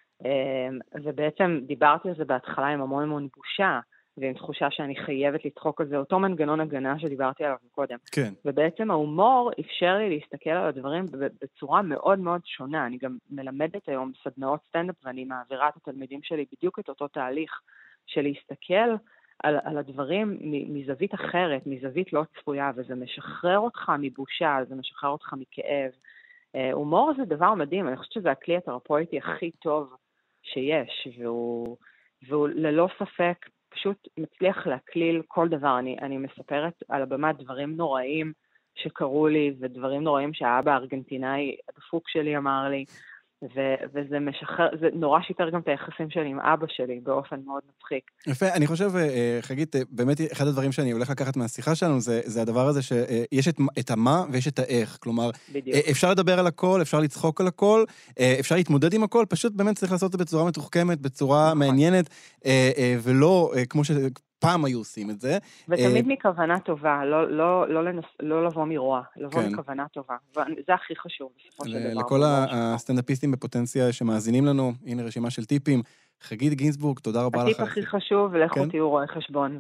ובעצם דיברתי על זה בהתחלה עם המון בושה, ועם תחושה שאני חייבת לצחוק על זה, אותו מנגנון הגנה שדיברתי עליו קודם. כן. ובעצם ההומור אפשר לי להסתכל על הדברים בצורה מאוד מאוד שונה. אני גם מלמדת היום סדנאות סטנדאפ, ואני מעבירה את התלמידים שלי בדיוק את אותו תהליך של להסתכל על הדברים מזווית אחרת, מזווית לא צפויה, וזה משחרר אותך מבושה, זה משחרר אותך מכאב. הומור זה דבר מדהים, אני חושבת שזה הכלי התרפויטי הכי טוב שיש, והוא ללא ספק פשוט מצליח להקליל כל דבר. אני מספרת על הבמה דברים נוראים שקרו לי, ודברים נוראים שהאבא הארגנטינאי הדפוק שלי אמר לי, וזה משחרר, זה נורא שיפר גם את היחסים שלי עם אבא שלי, באופן מאוד מצחיק. יפה, אני חושב, חגית, באמת אחד הדברים שאני הולך לקחת מהשיחה שלנו, זה הדבר הזה שיש את המה ויש את האיך, כלומר, אפשר לדבר על הכל, אפשר לצחוק על הכל, אפשר להתמודד עם הכל, פשוט באמת צריך לעשות את זה בצורה מתוחכמת, בצורה מעניינת, ולא כמו פעם היו עושים את זה. ותמיד מכוונה טובה, לא לבוא מרוע, לבוא מכוונה טובה. זה הכי חשוב. לכל הסטנדאפיסטים בפוטנציה שמאזינים לנו, הנה רשימה של טיפים. חגית גינסבורג, תודה רבה לך. הטיפ הכי חשוב, ולכו תהיו רואי חשבון.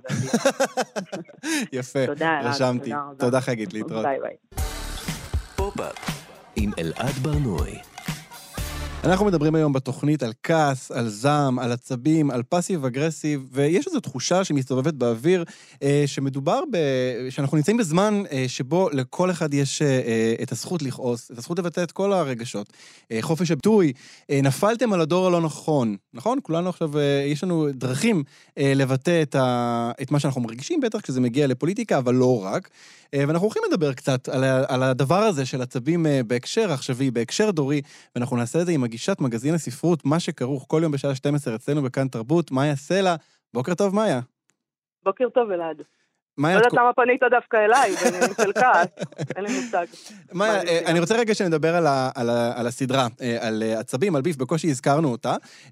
יפה, רשמתי. תודה חגית, להתראות. ביי ביי. פופ-אפ עם אלעד ברנועי. אנחנו מדברים היום בתוכנית על כעס, על זעם, על עצבים, על פסיב אגרסיב, ויש איזו תחושה שמסתובבת באוויר, שאנחנו נמצאים בזמן שבו לכל אחד יש את הזכות לכעוס, את הזכות לבטא את כל הרגשות. חופש הביטוי, נפלתם על הדור הלא נכון, נכון? כולנו עכשיו, יש לנו דרכים לבטא את מה שאנחנו מרגישים, בטח כשזה מגיע לפוליטיקה, אבל לא רק. ואנחנו הולכים לדבר קצת על הדבר הזה של עצבים בהקשר עכשווי, בהקשר דורי, ואנחנו נעשה את זה עם מגישת מגזין הספרות, מה שכרוך כל יום בשעה 12 אצלנו בכאן תרבות, מאיה סלע. בוקר טוב, מאיה. בוקר טוב, אלעד. לא יודעת למה פנית דווקא אליי, של כעס, אין לי מושג. מאיה, אני רוצה רגע שנדבר על הסדרה, על עצבים, על ביף, בקושי הזכרנו אותה.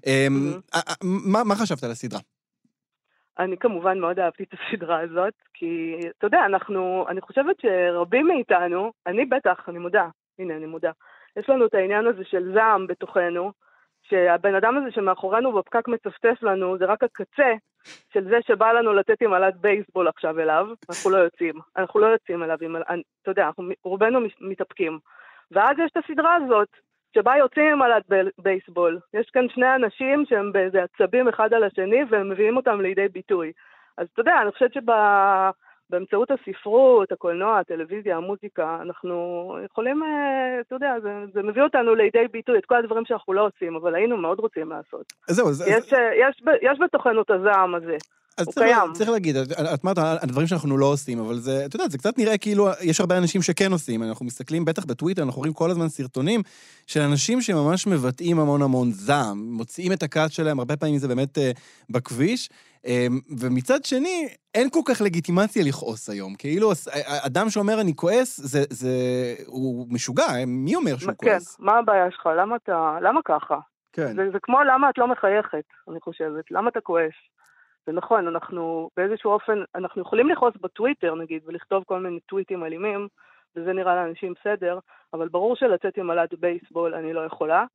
מה חשבת על הסדרה? אני כמובן מאוד אהבתי את הסדרה הזאת, כי אתה יודע, אני חושבת שרבים מאיתנו, אני בטח, אני מודה, יש לנו את העניין הזה של זעם בתוכנו, שהבן אדם הזה שמאחורינו בפקק מצפצף לנו, זה רק הקצה של זה שבא לנו לתת עם עלת בייסבול עכשיו אליו, אנחנו לא יוצאים אליו, אתה יודע, רובנו מתאפקים. ואז יש את הסדרה הזאת, שבה יוצאים עם עלת בייסבול. יש כאן שני אנשים שהם באיזה עצבים אחד על השני, והם מביאים אותם לידי ביטוי. אז אתה יודע, אני חושבת באמצעות הספרות, הקולנוע, הטלוויזיה, המוזיקה, אנחנו יכולים, אתה יודע, זה מביא אותנו לידי ביטוי, את כל הדברים שאנחנו לא עושים, אבל היינו מאוד רוצים לעשות. זהו, יש בתוכנו את הזעם הזה. אז צריך להגיד, את אומרת, הדברים שאנחנו לא עושים, אבל זה, אתה יודע, זה קצת נראה כאילו, יש הרבה אנשים שכן עושים, אנחנו מסתכלים בטח בטוויטר, אנחנו רואים כל הזמן סרטונים של אנשים שממש מבטאים המון זעם, מוציאים את הכעס שלהם, הרבה פעמים זה באמת בכביש, ומצד שני, אין כל כך לגיטימציה לכעוס היום, כאילו, אדם שאומר אני כועס, הוא משוגע, מי אומר שהוא כועס? כן, מה הבעיה שלך? למה ככה? זה כמו למה את לא מחייכת, אני חושבת, למה אתה כועס? זה נכון, אנחנו באיזשהו אופן, אנחנו יכולים לכעוס בטוויטר נגיד, ולכתוב כל מיני טוויטים אלימים, וזה נראה לאנשים בסדר, אבל ברור שלצאת עם עלת בייסבול אני לא יכולה,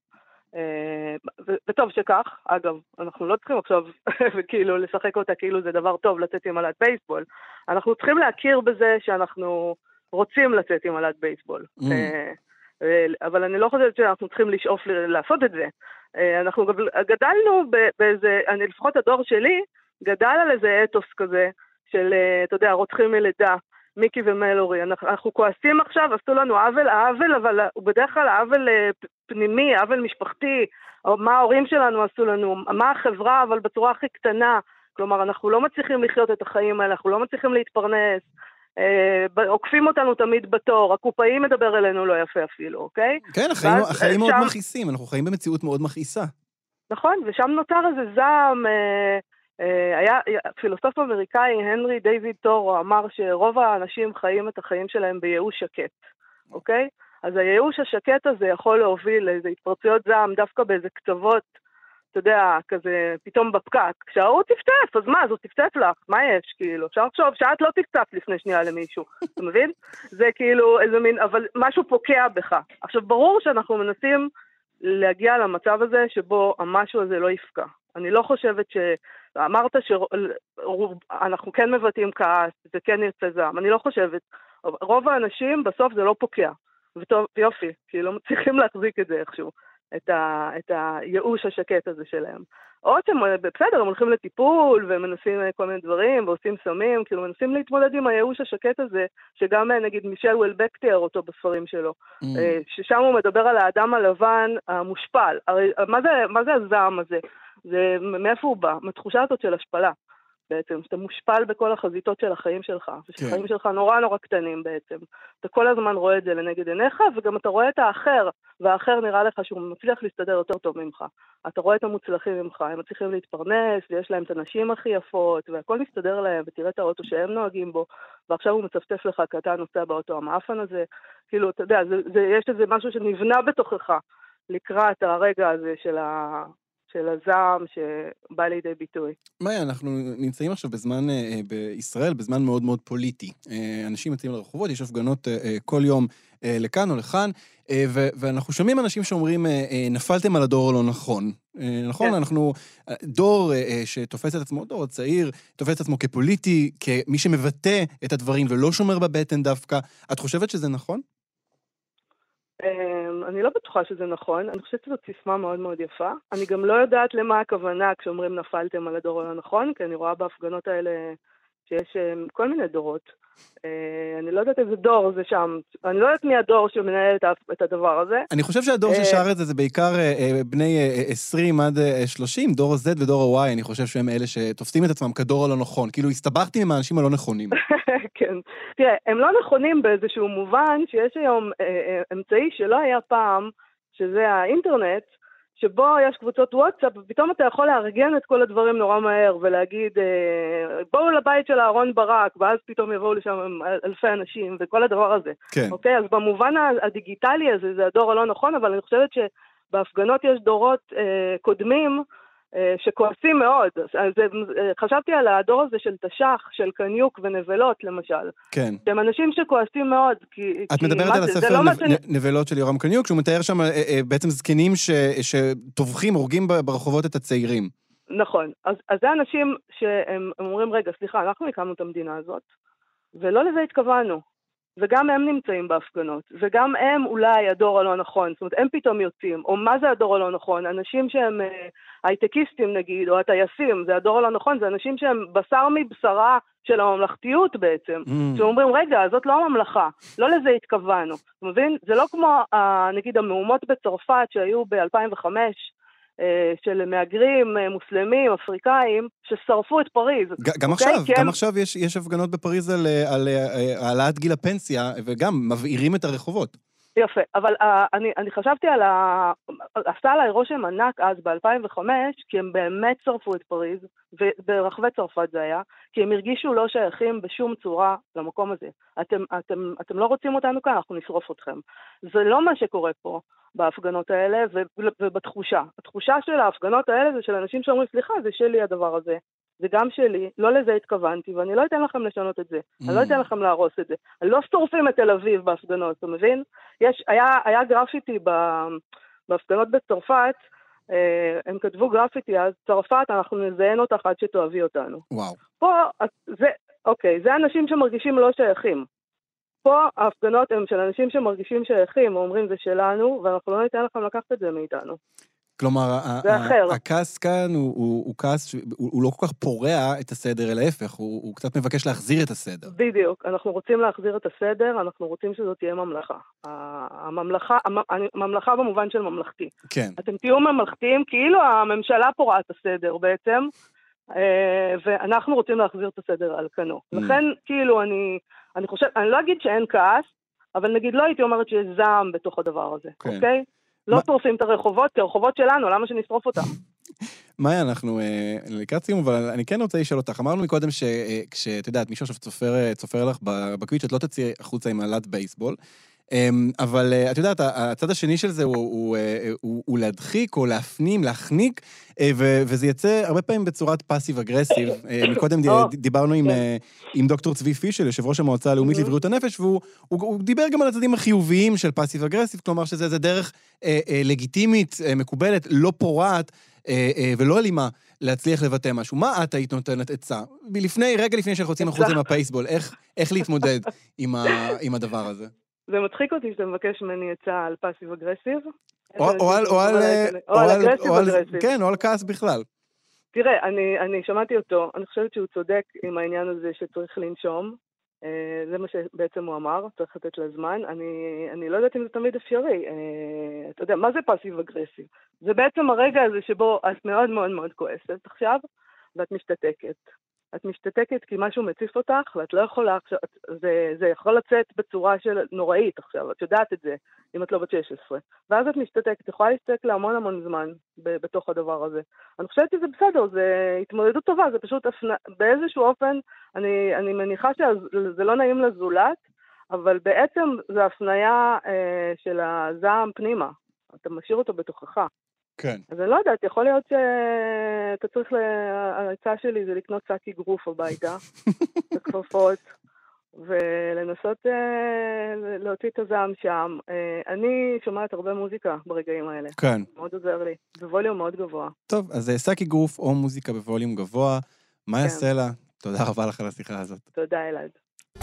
וטוב שכך, אגב, אנחנו לא צריכים עכשיו וכאילו לשחק אותה כאילו זה דבר טוב לצאת עם עלת בייסבול, אנחנו צריכים להכיר בזה שאנחנו רוצים לצאת עם עלת בייסבול, אבל אני לא חושבת שאנחנו צריכים לשאוף לעשות את זה, אנחנו גדלנו באיזה, לפחות הדור שלי, גדל על איזה אתוס כזה, של, אתה יודע, רוצחים מלידה, מיקי ומלורי, אנחנו כועסים עכשיו, עשו לנו העוול, אבל הוא בדרך כלל העוול פנימי, העוול משפחתי, או מה ההורים שלנו עשו לנו, מה החברה, אבל בצורה הכי קטנה, כלומר, אנחנו לא מצליחים לחיות את החיים האלה, אנחנו לא מצליחים להתפרנס, עוקפים אותנו תמיד בתור, הקופאי מדבר אלינו לא יפה אפילו, אוקיי? כן, החיים מאוד מכעיסים, אנחנו חיים במציאות מאוד מכעיסה. נכון, ושם נותר איזה זעם, היה פילוסוף אמריקאי, הנרי דיוויד תורו, אמר שרוב האנשים חיים את החיים שלהם בייאוש שקט, אוקיי? אז הייאוש השקט הזה יכול להוביל לאיזה התפרצויות זעם, דווקא באיזה קצוות, אתה יודע, כזה פתאום בפקק. כשהוא תפצף, אז מה? אז הוא תפצף לך, מה יש? כאילו, אפשר לחשוב שאת לא תפצף לפני שנייה למישהו, אתה מבין? זה כאילו איזה מין, אבל משהו פוקע בך. עכשיו, ברור שאנחנו מנסים להגיע למצב הזה שבו המשהו הזה לא יפקע. אני לא חושבת אמרת שאנחנו כן מבטאים כעס, זה כן יצא זעם, אני לא חושבת. רוב האנשים בסוף זה לא פוקע, ויופי, כי לא מצליחים להחזיק את זה איכשהו, את הייאוש השקט הזה שלהם. או שהם בסדר, הם הולכים לטיפול, ומנסים כל מיני דברים, ועושים סמים, כאילו מנסים להתמודד עם הייאוש השקט הזה, שגם נגיד מישל וולבק תיאר אותו בספרים שלו, ששם הוא מדבר על האדם הלבן המושפל. הרי מה זה הזעם הזה? זה מאיפה הוא בא? מתחושה הזאת של השפלה בעצם, שאתה מושפל בכל החזיתות של החיים שלך, ושהחיים שלך נורא קטנים בעצם. אתה כל הזמן רואה את זה לנגד עיניך, וגם אתה רואה את האחר, והאחר נראה לך שהוא מצליח להסתדר יותר טוב ממך. אתה רואה את המוצלחים ממך, הם מצליחים להתפרנס, ויש להם את הנשים הכי יפות, והכל מסתדר להם, ותראה את האוטו שהם נוהגים בו, ועכשיו הוא מצפצף לך, כי אתה נוסע באוטו המאפן הזה. כאילו, אתה יודע, יש איזה משהו שנבנה בתוכך, לקראת הרגע הזה של הזעם שבא לידי ביטוי. מאיה, אנחנו נמצאים עכשיו בזמן בישראל, בזמן מאוד מאוד פוליטי. אנשים יוצאים לרחובות, יש הפגנות כל יום לכאן או לכאן, ואנחנו שומעים אנשים שאומרים, נפלתם על הדור הלא נכון. נכון? אנחנו, דור שתופס את עצמו, דור הצעיר, תופס את עצמו כפוליטי, כמי שמבטא את הדברים ולא שומר בבטן דווקא. את חושבת שזה נכון? אני לא בטוחה שזה נכון, אני חושבת שזאת סיסמה מאוד מאוד יפה. אני גם לא יודעת למה הכוונה כשאומרים נפלתם על הדור הלא נכון, כי אני רואה בהפגנות האלה שיש כל מיני דורות. אני לא יודעת איזה דור זה שם, אני לא יודעת מי הדור שמנהל את הדבר הזה. אני חושב שהדור ששר את זה בעיקר בני 20 עד 30, דור Z ודור ה-Y, אני חושב שהם אלה שתופסים את עצמם כדור הלא נכון, כאילו הסתבכתי עם האנשים הלא נכונים. כן, תראה, הם לא נכונים באיזשהו מובן שיש היום אמצעי שלא היה פעם, שזה האינטרנט, שבו יש קבוצות וואטסאפ, ופתאום אתה יכול לארגן את כל הדברים נורא מהר, ולהגיד, בואו לבית של אהרון ברק, ואז פתאום יבואו לשם אלפי אנשים, וכל הדבר הזה. כן. אוקיי? אז במובן הדיגיטלי הזה, זה הדור הלא נכון, אבל אני חושבת שבהפגנות יש דורות קודמים, שכועסים מאוד. אז חשבתי על הדור הזה של תש"ח, של קניוק ונבלות למשל. כן. הם אנשים שכועסים מאוד. את מדברת על הספר נבלות של יורם קניוק, שהוא מתאר שם בעצם זקנים שטובחים, הורגים ברחובות את הצעירים. נכון. אז זה אנשים שהם אומרים, רגע, סליחה, אנחנו הקמנו את המדינה הזאת, ולא לזה התכוונו. וגם הם נמצאים בהפגנות, וגם הם אולי הדור הלא נכון, זאת אומרת, הם פתאום יוצאים, או מה זה הדור הלא נכון? אנשים שהם הייטקיסטים נגיד, או הטייסים, זה הדור הלא נכון, זה אנשים שהם בשר מבשרה של הממלכתיות בעצם, שאומרים, רגע, זאת לא הממלכה, לא לזה התכוונו, אתה מבין? זה לא כמו, נגיד, המהומות בצרפת שהיו ב-2005, של מהגרים, מוסלמים, אפריקאים, ששרפו את פריז. גם עכשיו, גם עכשיו יש הפגנות בפריז על העלאת גיל הפנסיה, וגם מבעירים את הרחובות. יפה, אבל אני חשבתי על עשה עליי רושם ענק אז ב-2005, כי הם באמת שרפו את פריז, וברחבי צרפת זה היה, כי הם הרגישו לא שייכים בשום צורה למקום הזה. אתם לא רוצים אותנו כאן, אנחנו נשרוף אתכם. זה לא מה שקורה פה. בהפגנות האלה, ובתחושה. התחושה של ההפגנות האלה זה של אנשים שאומרים, סליחה, זה שלי הדבר הזה. זה גם שלי, לא לזה התכוונתי, ואני לא אתן לכם לשנות את זה. אני לא אתן לכם להרוס את זה. אני לא שורפים את תל אביב בהפגנות, אתה מבין? היה גרפיטי בהפגנות בצרפת, הם כתבו גרפיטי, אז צרפת, אנחנו נזיין אותך עד שתאהבי אותנו. וואו. פה, זה אנשים שמרגישים לא שייכים. פה ההפגנות הן של אנשים שמרגישים שייכים, ואומרים זה שלנו, ואנחנו לא ניתן לכם לקחת את זה מאיתנו. כלומר, הכעס כאן הוא כעס, הוא לא כל כך פורע את הסדר, אלא ההפך, הוא קצת מבקש להחזיר את הסדר. בדיוק, אנחנו רוצים להחזיר את הסדר, אנחנו רוצים שזאת תהיה ממלכה. הממלכה במובן של ממלכתי. כן. אתם תהיו ממלכתיים, כאילו הממשלה פורעה את הסדר בעצם, ואנחנו רוצים להחזיר את הסדר על כנו. לכן, כאילו, אני חושב, אני לא אגיד שאין כעס, אבל נגיד לא הייתי אומרת שיש זעם בתוך הדבר הזה, אוקיי? לא שורפים את הרחובות, כי הרחובות שלנו, למה שנשרוף אותם? מאיה, אנחנו לקראת סיום, אבל אני כן רוצה לשאול אותך. אמרנו מקודם שכשאת יודעת, מישהו צופר לך בקוויץ' את לא תצאי החוצה עם עלת בייסבול, אבל את יודעת, הצד השני של זה הוא להדחיק או להפנים, להחניק, וזה יצא הרבה פעמים בצורת פאסיב אגרסיב. מקודם דיברנו עם דוקטור צבי פישל, יושב ראש המועצה הלאומית לבריאות הנפש, והוא דיבר גם על הצדדים החיוביים של פאסיב אגרסיב, כלומר שזה דרך לגיטימית, מקובלת, לא פורעת, ולא אלימה להצליח לבטא משהו. מה את היית נותנת עצה? רגע לפני שאנחנו יוצאים החוצה עם הפייסבול, איך להתמודד עם הדבר הזה? זה מצחיק אותי שאתה מבקש ממני עצה על פאסיב אגרסיב. או על אגרסיב אגרסיב. כן, או על כעס בכלל. תראה, אני שמעתי אותו, אני חושבת שהוא צודק עם העניין הזה שצריך לנשום. זה מה שבעצם הוא אמר, צריך לתת לזמן. אני לא יודעת אם זה תמיד אפשרי. אתה יודע, מה זה פאסיב אגרסיב? זה בעצם הרגע הזה שבו את מאוד מאוד מאוד כועסת עכשיו, ואת משתתקת. את משתתקת כי משהו מציף אותך, ואת לא יכולה, זה יכול לצאת בצורה של נוראית עכשיו, את יודעת את זה, אם את לא בת 16. ואז את משתתקת, את יכולה להסתכל להמון המון זמן בתוך הדבר הזה. אני חושבת שזה בסדר, זה התמודדות טובה, זה פשוט באיזשהו אופן, אני מניחה שזה לא נעים לזולת, אבל בעצם זה הפניה של הזעם פנימה, אתה משאיר אותו בתוכך. כן. אז אני לא יודעת, יכול להיות שאתה צריך, ההצעה שלי זה לקנות שק אגרוף הביתה, בכפפות, ולנסות להוציא את הזעם שם. אני שומעת הרבה מוזיקה ברגעים האלה. כן. מאוד עוזר לי, בווליום מאוד גבוה. טוב, אז שק אגרוף או מוזיקה בווליום גבוה. מאיה סלע, תודה רבה לך על השיחה הזאת. תודה אלעד.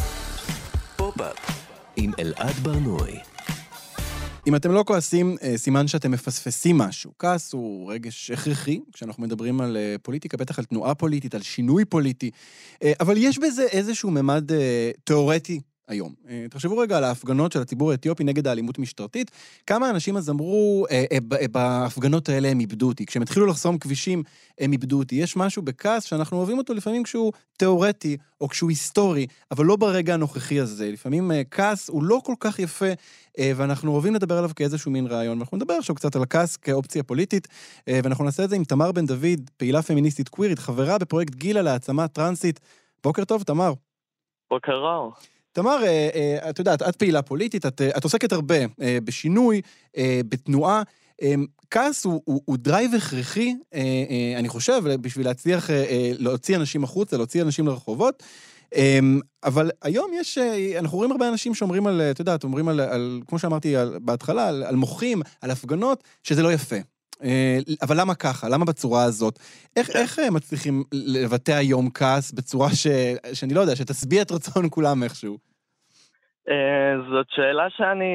פופ-אפ עם אלעד ברנועי. אם אתם לא כועסים, סימן שאתם מפספסים משהו. כעס הוא רגש הכרחי, כשאנחנו מדברים על פוליטיקה, בטח על תנועה פוליטית, על שינוי פוליטי, אבל יש בזה איזשהו ממד תיאורטי היום. תחשבו רגע על ההפגנות של הציבור האתיופי נגד האלימות משטרתית. כמה אנשים אז אמרו, בהפגנות האלה הם איבדו אותי. כשהם התחילו לחסום כבישים, הם איבדו אותי. יש משהו בכעס שאנחנו אוהבים אותו לפעמים כשהוא תיאורטי, או כשהוא היסטורי, אבל לא ברגע הנוכחי הזה. לפעמים כעס הוא לא כל כך יפה, ואנחנו אוהבים לדבר עליו כאיזשהו מין רעיון. ואנחנו נדבר עכשיו קצת על הכעס כאופציה פוליטית, ואנחנו נעשה את זה עם תמר בן דוד, פעילה פמיניסטית קווירית, חברה בפרויקט גילה להעצמה טרנסית. בוקר טוב, תמר. בוקר רע. תמר, את יודעת, את פעילה פוליטית, את עוסקת הרבה בשינוי, בתנועה. כעס הוא דרייב הכרחי, אני חושב, בשביל להצליח להוציא אנשים החוצה, להוציא אנשים לרחובות. אבל היום אנחנו רואים הרבה אנשים שאומרים על, את יודעת, אומרים על כמו שאמרתי בהתחלה, על מוחים, על הפגנות, שזה לא יפה. אבל למה ככה? למה בצורה הזאת? איך מצליחים לבטא היום כעס בצורה שאני לא יודע, שתסביע את רצון כולם איכשהו? זאת שאלה שאני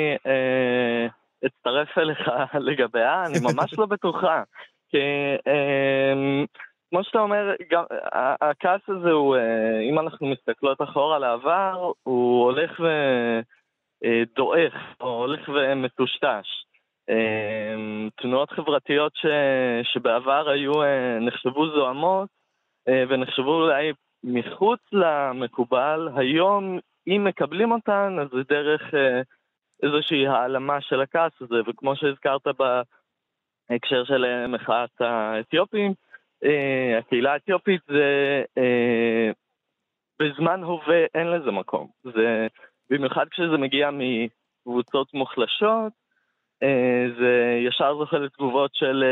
אצטרף אליך לגביה, אני ממש לא בטוחה. כי כמו שאתה אומר, הכעס הזה הוא, אם אנחנו מסתכלות אחורה לעבר, הוא הולך ודועך, או הולך ומטושטש. תנועות חברתיות שבעבר היו נחשבו זוהמות ונחשבו אולי מחוץ למקובל, היום אם מקבלים אותן אז זה דרך איזושהי העלמה של הכעס הזה, וכמו שהזכרת בהקשר של מחאת האתיופים, הקהילה האתיופית זה בזמן הווה אין לזה מקום, זה במיוחד כשזה מגיע מקבוצות מוחלשות, זה ישר זוכה לתגובות של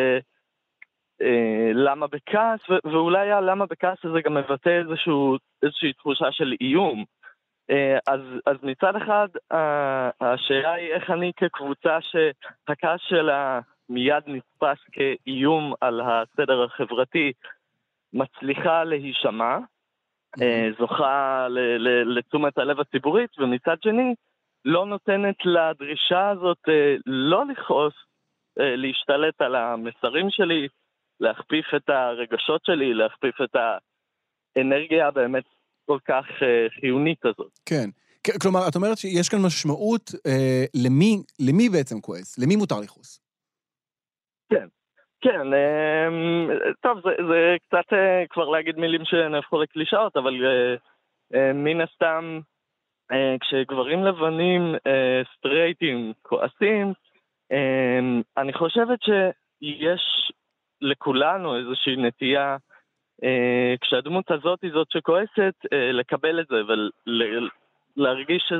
למה בכעס, ואולי הלמה בכעס הזה גם מבטא איזושהי תחושה של איום. אז מצד אחד, השאלה היא איך אני כקבוצה שהכעס שלה מיד נתפס כאיום על הסדר החברתי, מצליחה להישמע, זוכה לתשומת הלב הציבורית, ומצד שני, לא נותנת לדרישה הזאת לא לכעוס, להשתלט על המסרים שלי, להכפיף את הרגשות שלי, להכפיף את האנרגיה הבאמת כל כך חיונית הזאת. כן. כלומר, את אומרת שיש כאן משמעות למי בעצם כועס? למי מותר לכעוס? כן. כן, טוב, זה קצת כבר להגיד מילים שנהפכו לקלישאות, אבל מן הסתם, כשגברים לבנים סטרייטים כועסים, אני חושבת שיש לכולנו איזושהי נטייה, כשהדמות הזאת היא זאת שכועסת, לקבל את זה ולהרגיש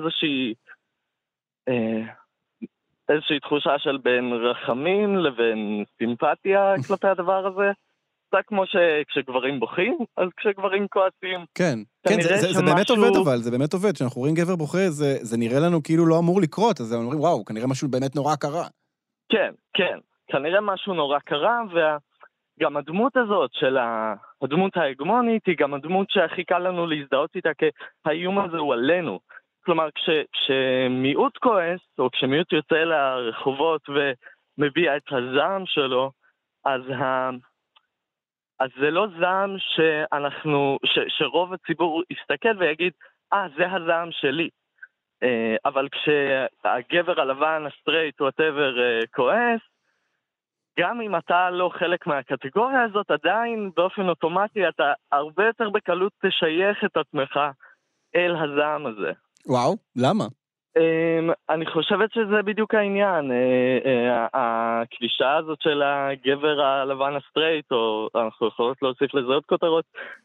איזושהי תחושה של בין רחמים לבין סימפתיה כלפי הדבר הזה. זה כמו שכשגברים בוכים, אז כשגברים כועסים. כן, זה באמת עובד אבל, זה באמת עובד. כשאנחנו רואים גבר בוכה, זה נראה לנו כאילו לא אמור לקרות, אז אומרים, וואו, כנראה משהו באמת נורא קרה. כן, כן, כנראה משהו נורא קרה, וגם הדמות הזאת של הדמות ההגמונית, היא גם הדמות שהכי קל לנו להזדהות איתה, כי האיום הזה הוא עלינו. כלומר, כשמיעוט כועס, או כשמיעוט יוצא לרחובות ומביע את הזעם שלו, אז זה לא זעם שרוב הציבור יסתכל ויגיד, זה הזעם שלי. אבל כשהגבר הלבן, הסטרייט, whatever, כועס, גם אם אתה לא חלק מהקטגוריה הזאת, עדיין באופן אוטומטי אתה הרבה יותר בקלות תשייך את עצמך אל הזעם הזה. וואו, למה? אני חושבת שזה בדיוק העניין. הקלישה הזאת של הגבר הלבן הסטרייט, או אנחנו יכולות להוסיף לזה עוד כותרות,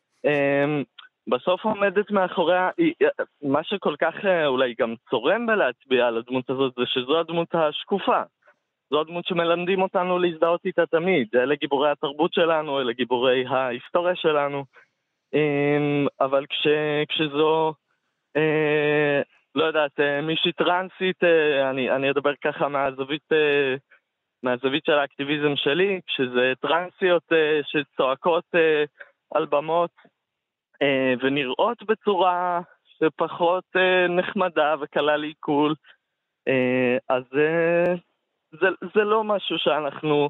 בסוף עומדת מאחוריה, מה שכל כך אולי גם צורם בלהצביע על הדמות הזאת, זה שזו הדמות השקופה. זו הדמות שמלמדים אותנו להזדהות איתה תמיד. אלה גיבורי התרבות שלנו, אלה גיבורי ההיסטוריה שלנו. אבל כשזו, לא יודעת, מישהי טרנסית, אני אדבר ככה מהזווית של האקטיביזם שלי, כשזה טרנסיות שצועקות על במות, ונראות בצורה שפחות נחמדה וקלה לעיכול, אז זה לא משהו שאנחנו,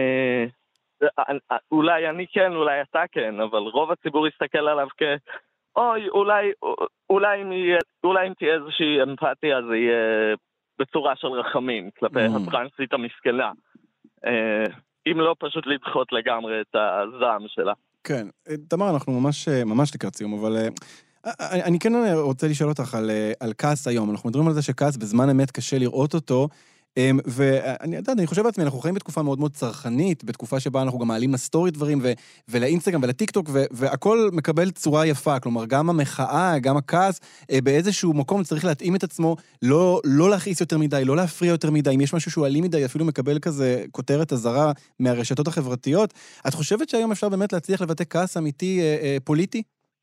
אולי אני כן, אולי אתה כן, אבל רוב הציבור יסתכל עליו אוי, אולי אם תהיה איזושהי אמפתיה, זה יהיה בצורה של רחמים, כלפי הטרנסית המסכנה. אם לא פשוט לדחות לגמרי את הזעם שלה. כן, תמר, אנחנו ממש לקראת סיום, אבל אני כן רוצה לשאול אותך על כעס היום. אנחנו מדברים על זה שכעס בזמן אמת קשה לראות אותו, ואני חושב בעצמי, אנחנו חיים בתקופה מאוד מאוד צרכנית, בתקופה שבה אנחנו גם מעלים לסטורי דברים, ולאינסטגרם ולטיקטוק, והכל מקבל צורה יפה, כלומר, גם המחאה, גם הכעס, באיזשהו מקום צריך להתאים את עצמו, לא להכעיס יותר מדי, לא להפריע יותר מדי, אם יש משהו שהוא אלים מדי, אפילו מקבל כזה כותרת הזרה מהרשתות החברתיות. את חושבת שהיום אפשר באמת להצליח לבטא כעס אמיתי פוליטי?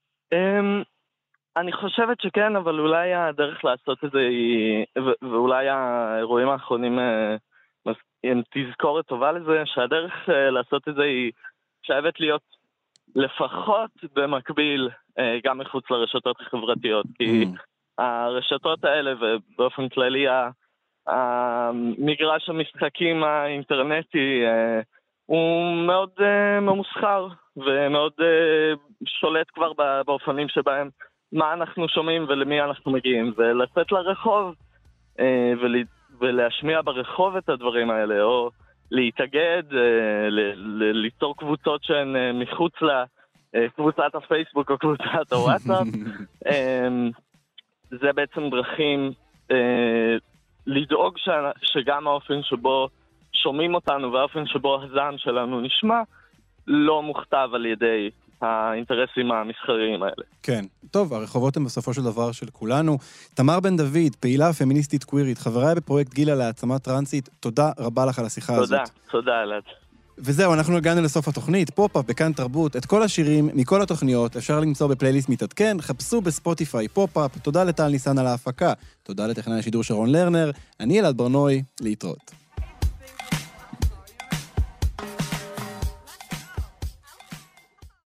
אני חושבת שכן, אבל אולי הדרך לעשות את זה היא, ואולי האירועים האחרונים הם תזכורת טובה לזה, שהדרך לעשות את זה היא חייבת להיות לפחות במקביל גם מחוץ לרשתות החברתיות, כי הרשתות האלה ובאופן כללי המגרש המשחקים האינטרנטי הוא מאוד ממוסחר ומאוד שולט כבר באופנים שבהם מה אנחנו שומעים ולמי אנחנו מגיעים, ולצאת לרחוב ולהשמיע ברחוב את הדברים האלה, או להתאגד, ליצור קבוצות שהן מחוץ לקבוצת הפייסבוק או קבוצת הוואטסאפ. זה בעצם דרכים לדאוג שגם האופן שבו שומעים אותנו והאופן שבו הזעם שלנו נשמע לא מוכתב על ידי האינטרסים המסחריים האלה. כן. טוב, הרחובות הם בסופו של דבר של כולנו. תמר בן דוד, פעילה פמיניסטית קווירית, חברה בפרויקט גילה להעצמה טרנסית, תודה רבה לך על השיחה הזאת. תודה אלעד. וזהו, אנחנו הגענו לסוף התוכנית, פופ-אפ בכאן תרבות, את כל השירים מכל התוכניות אפשר למצוא בפלייליסט מתעדכן, חפשו בספוטיפיי פופ-אפ, תודה לטל ניסן על ההפקה, תודה לטכנאי השידור שרון לרנר, אני אלעד ברנוי, להתראות.